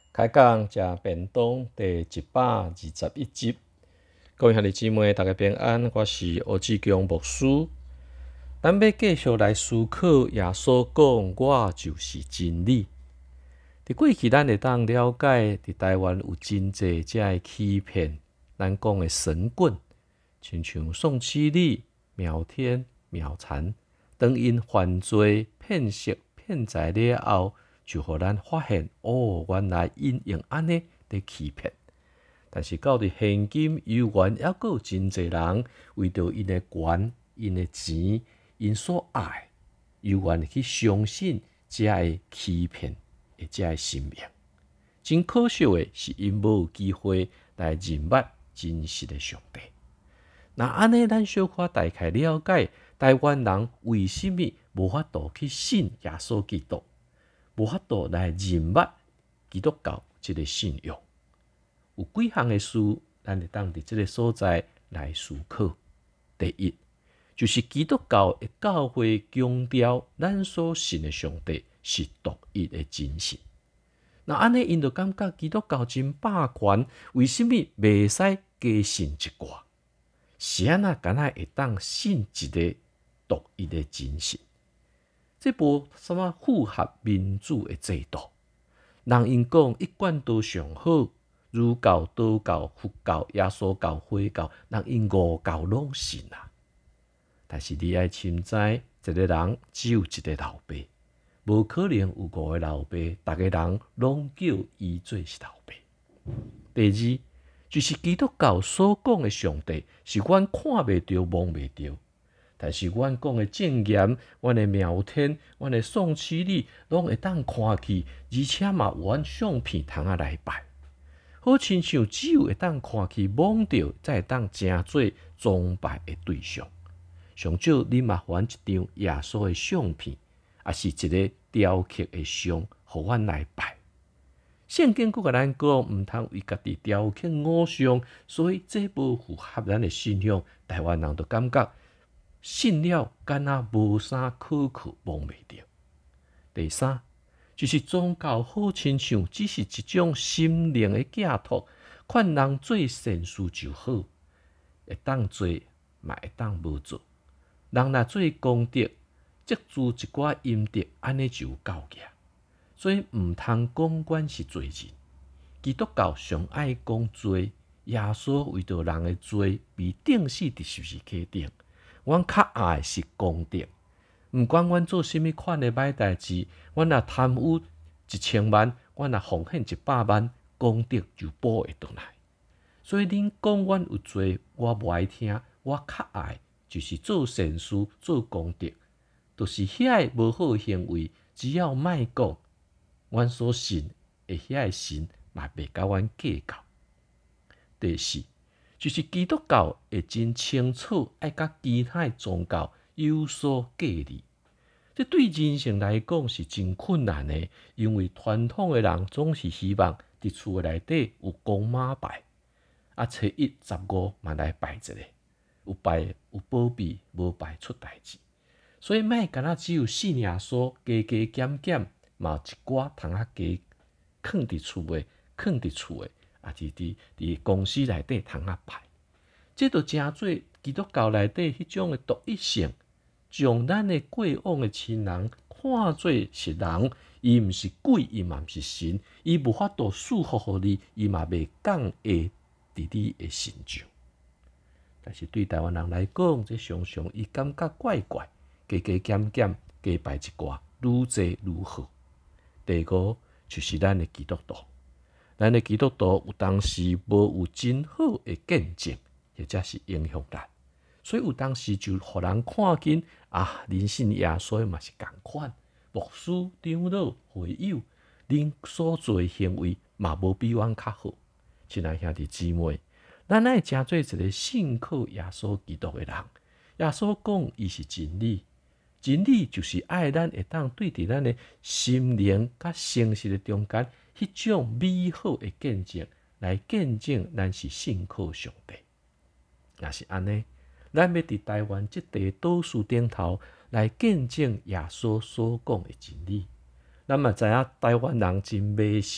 开讲食便当第121集，各位兄弟姊妹，大家平安，我是欧志强牧师。咱要继续来思考耶稣讲，我就是真理。伫过去，咱会当了解，伫台湾有真济遮个欺骗，咱讲的神棍，亲像宋七力、苗天、苗残，当因犯罪、骗色、骗财了后，就互咱发现，原来因用安尼在欺骗。但是到伫现今，犹原还佫有真济人为着因的权、因的钱、因所爱，犹原会去相信遮个欺骗的遮个神明。真可惜的是，因无有机会来认捌真实的上帝。那安尼，咱小可大概了解台湾人为什么无法度去信耶稣基督，无法度来认捌基督教这个信仰。有几项的事，咱会当伫这个所在来思考。第一，就是基督教的教会强调，咱所信的上帝是独一的真神。那安尼，因就感觉基督教真霸权，为什么袂使加信一寡？是安那敢若会当信一个独一的真神？这无什么符合民主的制度。人因讲一贯都上好。儒教、道教、佛教、耶稣教、回教，人因五教拢信啊。但是你爱深知，一个人只有一个老爸，无可能有5个老爸，逐个人拢叫伊做是老爸。第二，就是基督教所讲的上帝，是阮看袂到、摸袂到，但是阮讲的正言、阮的妙天、阮的宋七力，拢会当看去，而且嘛有阮相片通来拜。好亲像只有会当看去摸到，才会当成做崇拜的对象。上少你嘛还一张耶稣的相片，也是一个雕刻的像，互阮来拜。圣经佫甲咱讲，毋通为家己雕刻偶像，所以这无符合咱的信仰。台湾人就感觉信了，敢若无啥可靠，摸袂到。第三，就是宗教好亲像只是一种心灵的寄托，劝人做善事就好，会当做嘛会当无做。人若做功德，积聚一寡阴德，安尼就有够额。所以毋通讲阮是罪人。基督教上爱讲罪，耶稣为着人的罪被钉死伫十字架顶。阮较爱是功德。毋管阮做甚物款的歹代志，阮若贪污1000万，阮若奉献100万，功德就补会倒来。所以恁讲阮有罪，我无爱听，我较爱就是做善事、做功德，就是遐个无好行为，只要莫讲，阮所信的遐个神嘛袂甲阮计较。第四，就是基督教会真清楚爱甲其他宗教有所隔离。这对人性来讲是真困难的，因为传统的人总是希望伫厝内底有公妈拜，初一、15嘛来拜一个，有拜有保庇，无拜出代志。所以莫敢若只有信耶稣，加加减减，嘛有一寡通加囥伫厝的，囥伫厝的，伫公司内底通拜。这就诚做基督教内底迄种的独一性。将咱的过往的亲人看做是人，伊毋是鬼，伊嘛毋是神，伊无法度束缚互你，伊嘛袂讲会伫你的身上。但是对台湾人来讲，这常常伊感觉怪怪，加加减减，加拜一寡，愈济愈好。第五就是咱的基督徒，咱的基督徒有当时无有真好的见证，或者是影响力。所以有当时就互人看见恁信耶稣嘛是共款，牧师、长老、会友，恁所做行为嘛无比阮较好。亲爱兄弟姊妹，咱爱诚做一个信靠耶稣基督的人。耶稣讲伊是真理，真理就是爱咱会当对伫咱的心灵甲诚实的中间，迄种美好的见证，来见证咱是信靠上帝。若是安尼，咱要伫台湾这块岛屿顶头来见证耶稣所讲的真理，咱嘛知影台湾人真迷信，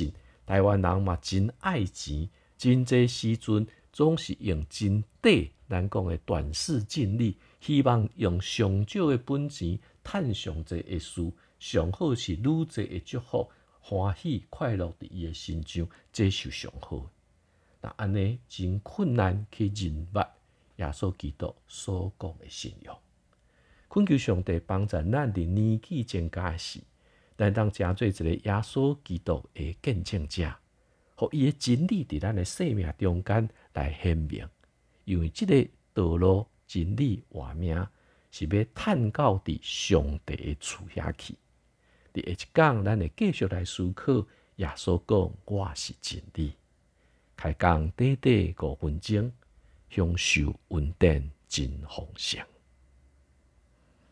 台湾人嘛真爱钱，真济时阵总是用真短，咱讲的短视近利，希望用上少的本钱赚上济的事，上好是愈济的祝福，欢喜快乐伫伊的心上，这是上好的。那安尼真困难去认捌耶稣基督所讲的信仰。恳求上帝帮助咱伫年纪增加时，咱当成做一个耶稣基督的见证者，互伊的真理伫咱的生命中间来显明。因为这个道路、真理、活命是要探到伫上帝的厝遐去。伫下一讲，咱会继续来思考耶稣讲：“我是真理。”开讲短短5分钟，享受稳定真丰盛。